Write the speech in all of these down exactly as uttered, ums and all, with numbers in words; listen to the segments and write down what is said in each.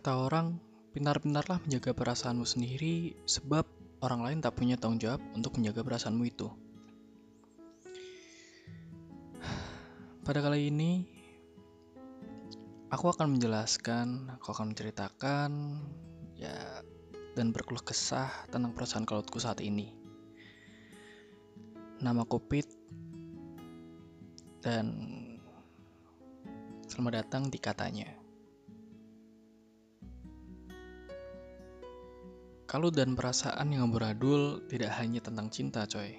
Kata orang, pintar-pintarlah menjaga perasaanmu sendiri sebab orang lain tak punya tanggung jawab untuk menjaga perasaanmu itu. Pada kali ini, aku akan menjelaskan, aku akan menceritakan, ya, dan berkeluh kesah tentang perasaan kalutku saat ini. Namaku Pit, dan selamat datang di Katanya. Kalut dan perasaan yang beradul tidak hanya tentang cinta, coy.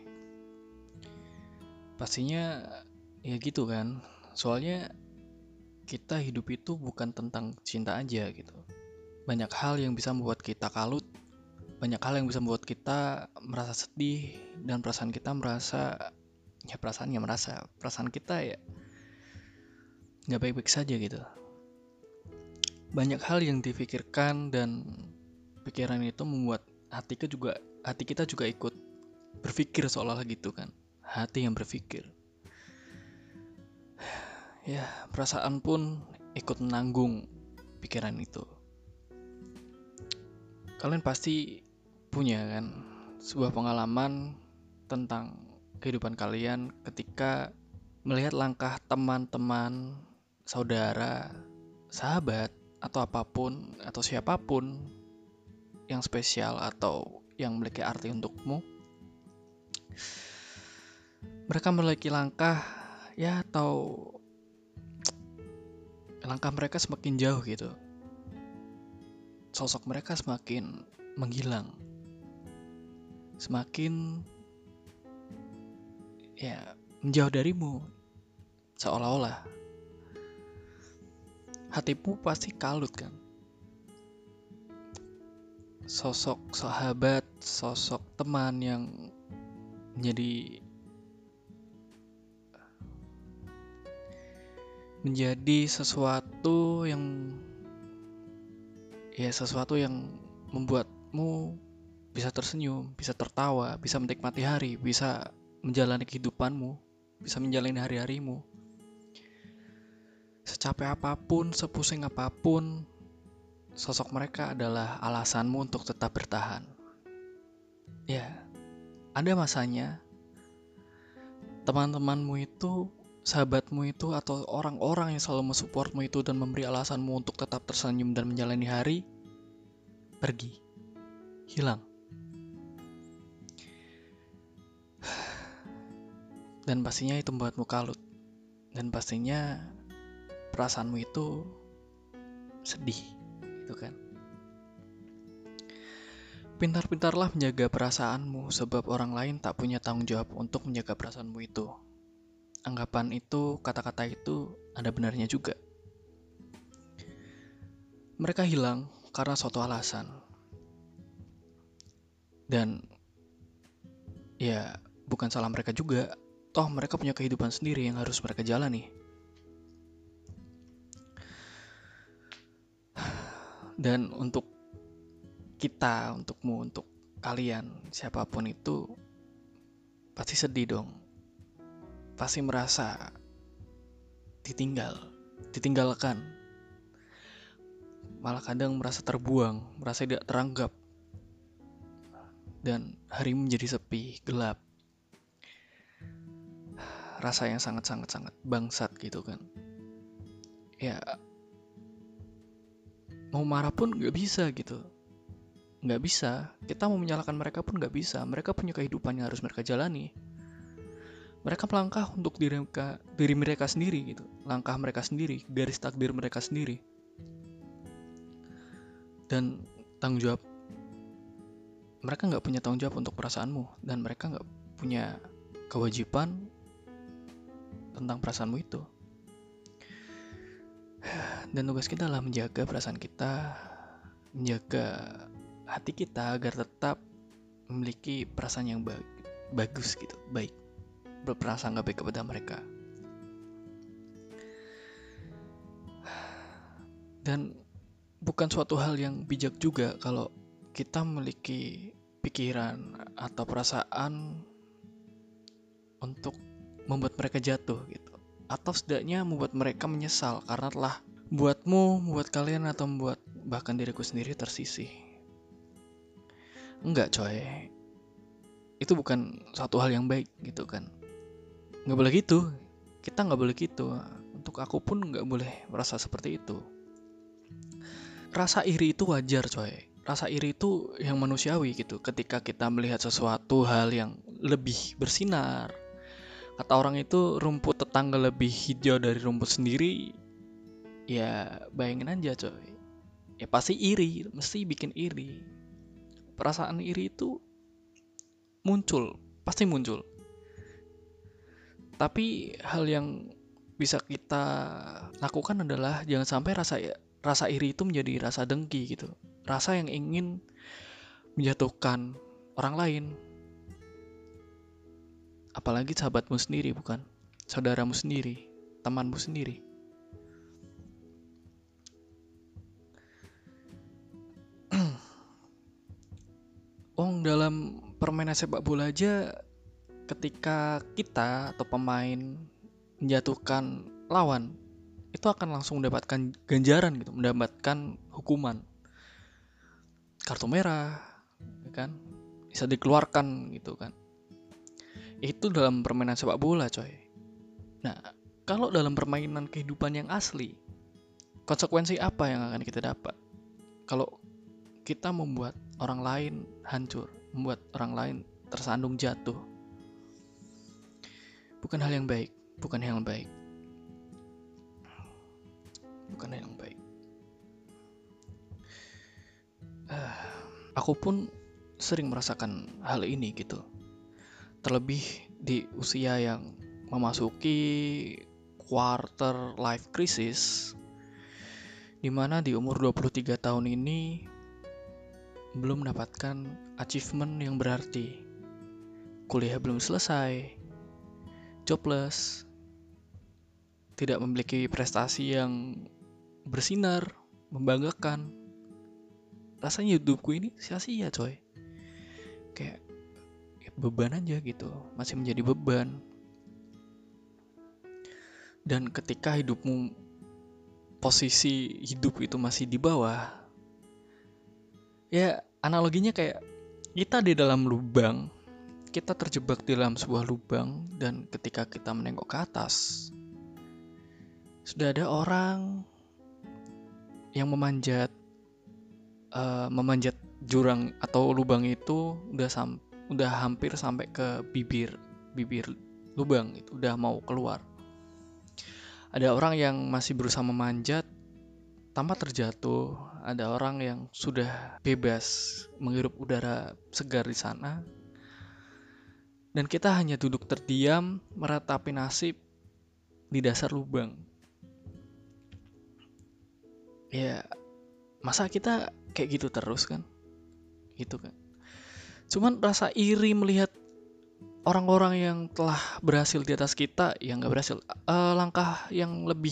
Pastinya ya gitu kan. Soalnya kita hidup itu bukan tentang cinta aja gitu. Banyak hal yang bisa membuat kita kalut, banyak hal yang bisa membuat kita merasa sedih, dan perasaan kita merasa, ya perasaannya merasa, perasaan kita ya nggak baik-baik saja gitu. Banyak hal yang difikirkan dan pikiran itu membuat hati kita juga, hati kita juga ikut berpikir seolah-olah gitu kan. Hati yang berpikir. Ya, perasaan pun ikut menanggung pikiran itu. Kalian pasti punya kan sebuah pengalaman tentang kehidupan kalian ketika melihat langkah teman-teman, saudara, sahabat, atau apapun atau siapapun yang spesial atau yang memiliki arti untukmu. Mereka memiliki langkah ya atau langkah mereka semakin jauh gitu. Sosok mereka semakin menghilang. Semakin ya menjauh darimu. Seolah-olah hatimu pasti kalut kan. Sosok sahabat, sosok teman yang menjadi menjadi sesuatu yang ya sesuatu yang membuatmu bisa tersenyum, bisa tertawa, bisa menikmati hari, bisa menjalani kehidupanmu, bisa menjalani hari-harimu. Secapek apapun, sepusing apapun, sosok mereka adalah alasanmu untuk tetap bertahan. Ya, ada masanya teman-temanmu itu, sahabatmu itu, atau orang-orang yang selalu mensupportmu itu dan memberi alasanmu untuk tetap tersenyum dan menjalani hari, pergi, hilang. Dan pastinya itu membuatmu kalut. Dan pastinya perasaanmu itu sedih, gitu kan. Pintar-pintarlah menjaga perasaanmu sebab orang lain tak punya tanggung jawab untuk menjaga perasaanmu itu. Anggapan itu, kata-kata itu ada benarnya juga. Mereka hilang karena suatu alasan. Dan ya bukan salah mereka juga. Toh mereka punya kehidupan sendiri yang harus mereka jalani. Dan untuk kita, untukmu, untuk kalian, siapapun itu pasti sedih dong. Pasti merasa ditinggal, ditinggalkan. Malah kadang merasa terbuang, merasa tidak teranggap. Dan harimu menjadi sepi, gelap. Rasa yang sangat-sangat-sangat bangsat gitu kan. Ya, mau marah pun gak bisa gitu. Gak bisa, kita mau menyalahkan mereka pun gak bisa. Mereka punya kehidupan yang harus mereka jalani. Mereka melangkah untuk diri mereka, diri mereka sendiri gitu. Langkah mereka sendiri, garis takdir mereka sendiri. Dan tanggung jawab, mereka gak punya tanggung jawab untuk perasaanmu. Dan mereka gak punya kewajiban tentang perasaanmu itu. Dan tugas kita adalah menjaga perasaan kita, menjaga hati kita agar tetap memiliki perasaan yang ba- bagus gitu, baik, berprasangka baik kepada mereka. Dan bukan suatu hal yang bijak juga kalau kita memiliki pikiran atau perasaan untuk membuat mereka jatuh gitu, atau setidaknya membuat mereka menyesal karena telah membuatmu, membuat kalian, atau membuat bahkan diriku sendiri tersisih. Enggak coy, itu bukan suatu hal yang baik gitu kan. Nggak boleh gitu, kita nggak boleh gitu. Untuk aku pun nggak boleh merasa seperti itu. Rasa iri itu wajar coy. Rasa iri itu yang manusiawi gitu. Ketika kita melihat sesuatu hal yang lebih bersinar, kata orang itu rumput tetangga lebih hijau dari rumput sendiri, ya bayangin aja coy. Ya pasti iri, mesti bikin iri. Perasaan iri itu muncul, pasti muncul. Tapi hal yang bisa kita lakukan adalah jangan sampai rasa rasa iri itu menjadi rasa dengki gitu. Rasa yang ingin menjatuhkan orang lain. Apalagi sahabatmu sendiri, bukan? Saudaramu sendiri, temanmu sendiri. Oh, dalam permainan sepak bola aja, ketika kita atau pemain menjatuhkan lawan, itu akan langsung mendapatkan ganjaran gitu, mendapatkan hukuman, kartu merah, ya kan? Bisa dikeluarkan gitu kan. Itu dalam permainan sepak bola, coy. Nah, kalau dalam permainan kehidupan yang asli, konsekuensi apa yang akan kita dapat? Kalau kita membuat orang lain hancur, membuat orang lain tersandung jatuh, bukan hal yang baik, bukan hal yang baik, bukan hal yang baik. Uh, aku pun sering merasakan hal ini gitu. Terlebih di usia yang memasuki quarter life crisis, dimana di umur dua puluh tiga tahun ini belum mendapatkan achievement yang berarti. Kuliah belum selesai, jobless, tidak memiliki prestasi yang bersinar, membanggakan. Rasanya hidupku ini sia-sia coy. Kayak beban aja gitu, masih menjadi beban. Dan ketika hidupmu, posisi hidup itu masih di bawah, ya analoginya kayak kita di dalam lubang, kita terjebak di dalam sebuah lubang, dan ketika kita menengok ke atas, sudah ada orang yang memanjat, uh, memanjat jurang atau lubang itu udah sam, udah hampir sampai ke bibir, bibir lubang itu udah mau keluar. Ada orang yang masih berusaha memanjat tanpa terjatuh. Ada orang yang sudah bebas menghirup udara segar di sana. Dan kita hanya duduk terdiam meratapi nasib di dasar lubang. Ya, masa kita kayak gitu terus kan? Gitu kan. Cuman rasa iri melihat orang-orang yang telah berhasil di atas kita, yang gak berhasil, uh, langkah yang lebih,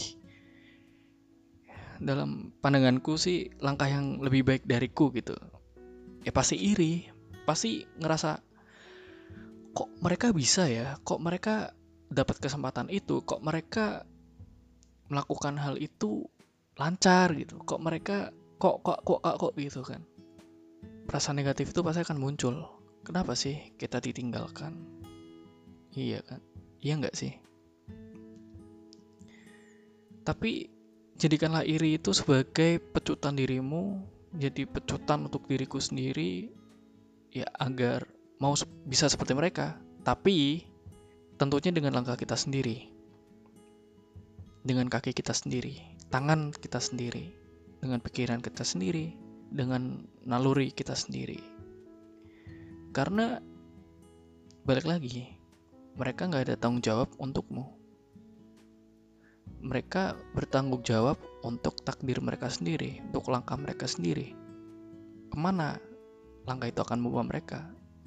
dalam pandanganku sih langkah yang lebih baik dariku gitu. Ya pasti iri, pasti ngerasa kok mereka bisa ya, kok mereka dapat kesempatan itu, kok mereka melakukan hal itu lancar gitu, kok mereka kok kok kok kok, kok gitu kan. Perasaan negatif itu pasti akan muncul. Kenapa sih kita ditinggalkan? Iya kan? Iya nggak sih? Tapi jadikanlah iri itu sebagai pecutan dirimu, jadi pecutan untuk diriku sendiri, ya agar mau bisa seperti mereka. Tapi tentunya dengan langkah kita sendiri, dengan kaki kita sendiri, tangan kita sendiri, dengan pikiran kita sendiri, dengan naluri kita sendiri. Karena balik lagi, mereka nggak ada tanggung jawab untukmu. Mereka bertanggung jawab untuk takdir mereka sendiri, untuk langkah mereka sendiri. Kemana langkah itu akan membawa mereka?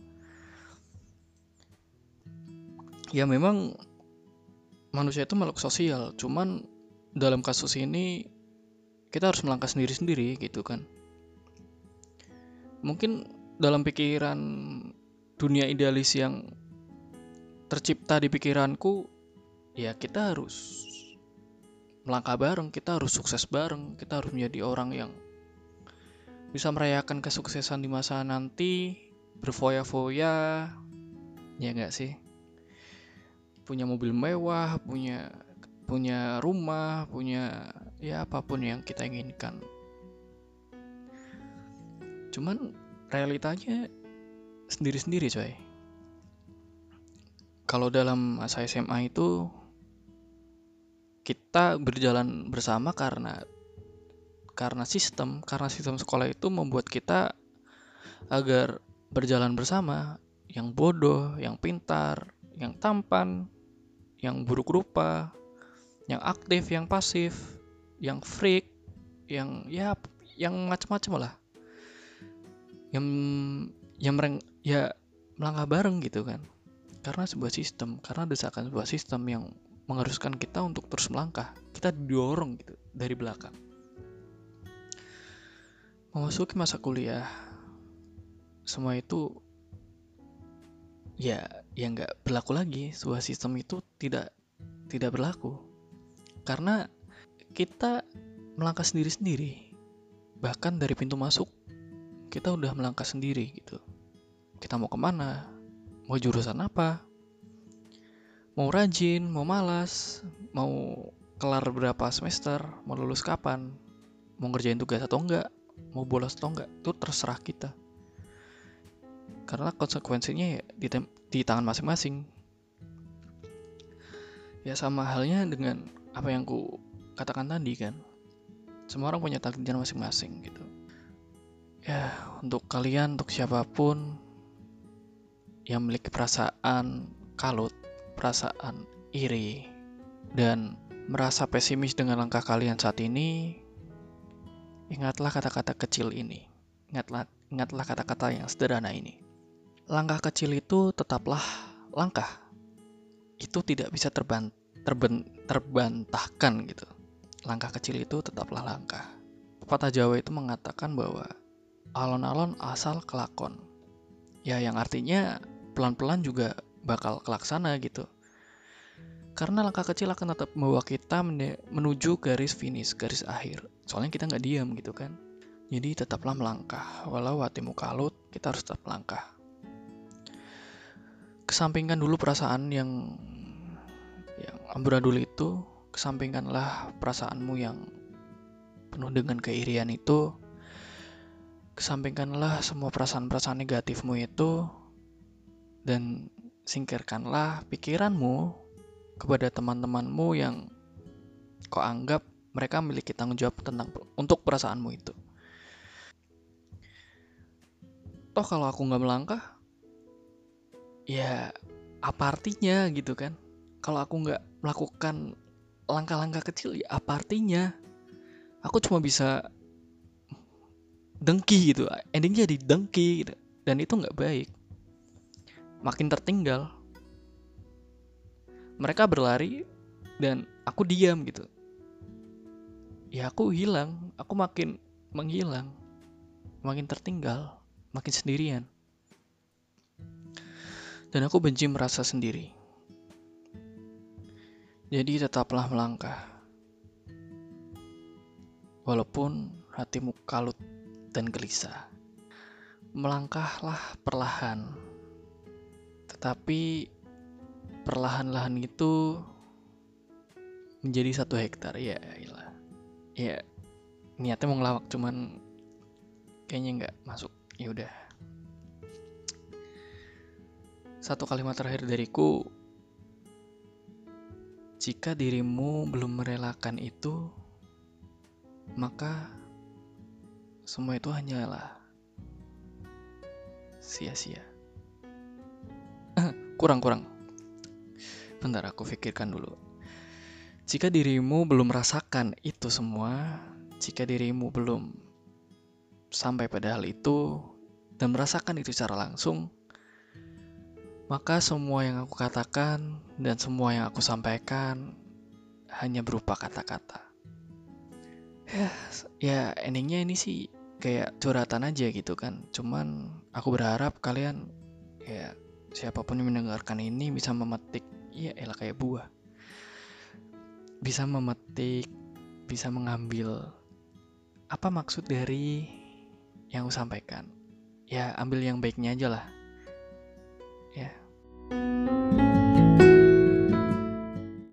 Ya memang manusia itu makhluk sosial, cuman dalam kasus ini kita harus melangkah sendiri-sendiri gitu kan. Mungkin dalam pikiran dunia idealis yang tercipta di pikiranku, ya kita harus melangkah bareng, kita harus sukses bareng, kita harus menjadi orang yang bisa merayakan kesuksesan di masa nanti, berfoya-foya, ya nggak sih? Punya mobil mewah, punya punya rumah, punya ya apapun yang kita inginkan. Cuman realitanya sendiri-sendiri coy. Kalau dalam masa S M A itu kita berjalan bersama karena karena sistem, karena sistem sekolah itu membuat kita agar berjalan bersama, yang bodoh, yang pintar, yang tampan, yang buruk rupa, yang aktif, yang pasif, yang freak, yang ya yang macam-macam lah. Yang yang mereng, ya melangkah bareng gitu kan. Karena sebuah sistem, karena desakan sebuah sistem yang mengharuskan kita untuk terus melangkah. Kita didorong gitu dari belakang. Memasuki masa kuliah, semua itu ya yang nggak berlaku lagi. Sebuah sistem itu tidak tidak berlaku karena kita melangkah sendiri-sendiri. Bahkan dari pintu masuk kita udah melangkah sendiri gitu. Kita mau kemana, mau jurusan apa, mau rajin, mau malas, mau kelar berapa semester, mau lulus kapan, mau ngerjain tugas atau enggak, mau bolos atau enggak, itu terserah kita. Karena konsekuensinya ya di, tem- di tangan masing-masing. Ya sama halnya dengan apa yang ku katakan tadi kan. Semua orang punya takdir masing-masing gitu. Ya untuk kalian, untuk siapapun yang memiliki perasaan kalut, perasaan iri, dan merasa pesimis dengan langkah kalian saat ini, ingatlah kata-kata kecil ini. Ingatlah, ingatlah kata-kata yang sederhana ini. Langkah kecil itu tetaplah langkah. Itu tidak bisa terban, terben, terbantahkan gitu. Langkah kecil itu tetaplah langkah. Pepatah Jawa itu mengatakan bahwa alon-alon asal kelakon. Ya yang artinya pelan-pelan juga bakal kelaksana gitu. Karena langkah kecil akan tetap membawa kita menuju garis finish, garis akhir. Soalnya kita nggak diam gitu kan. Jadi tetaplah melangkah. Walau hatimu kalut, kita harus tetap melangkah. Kesampingkan dulu perasaan yang yang amburadul itu. Kesampingkanlah perasaanmu yang penuh dengan keirian itu. Kesampingkanlah semua perasaan-perasaan negatifmu itu. Dan singkirkanlah pikiranmu kepada teman-temanmu yang kau anggap mereka memiliki tanggung jawab tentang untuk perasaanmu itu. Toh kalau aku nggak melangkah, ya apa artinya gitu kan? Kalau aku nggak melakukan langkah-langkah kecil, ya apa artinya? Aku cuma bisa dengki gitu, endingnya jadi dengki gitu. Dan itu nggak baik. Makin tertinggal. Mereka berlari dan aku diam gitu. Ya aku hilang, aku makin menghilang, makin tertinggal, makin sendirian. Dan aku benci merasa sendiri. Jadi tetaplah melangkah. Walaupun hatimu kalut dan gelisah. Melangkahlah perlahan. Tetapi perlahan-lahan itu menjadi satu hektar. Ya iyalah. Ya niatnya mau ngelawak cuman kayaknya nggak masuk. Ya udah. Satu kalimat terakhir dariku, jika dirimu belum merelakan itu, maka semua itu hanyalah sia-sia. Kurang-kurang. Bentar aku pikirkan dulu. Jika dirimu belum merasakan itu semua, jika dirimu belum sampai pada hal itu dan merasakan itu secara langsung, maka semua yang aku katakan dan semua yang aku sampaikan hanya berupa kata-kata. Ya, ya endingnya ini sih kayak curhatan aja gitu kan. Cuman aku berharap kalian, ya siapapun yang mendengarkan ini bisa memetik, ya elah kayak buah. Bisa memetik, bisa mengambil apa maksud dari yang aku sampaikan. Ya ambil yang baiknya aja lah. Ya,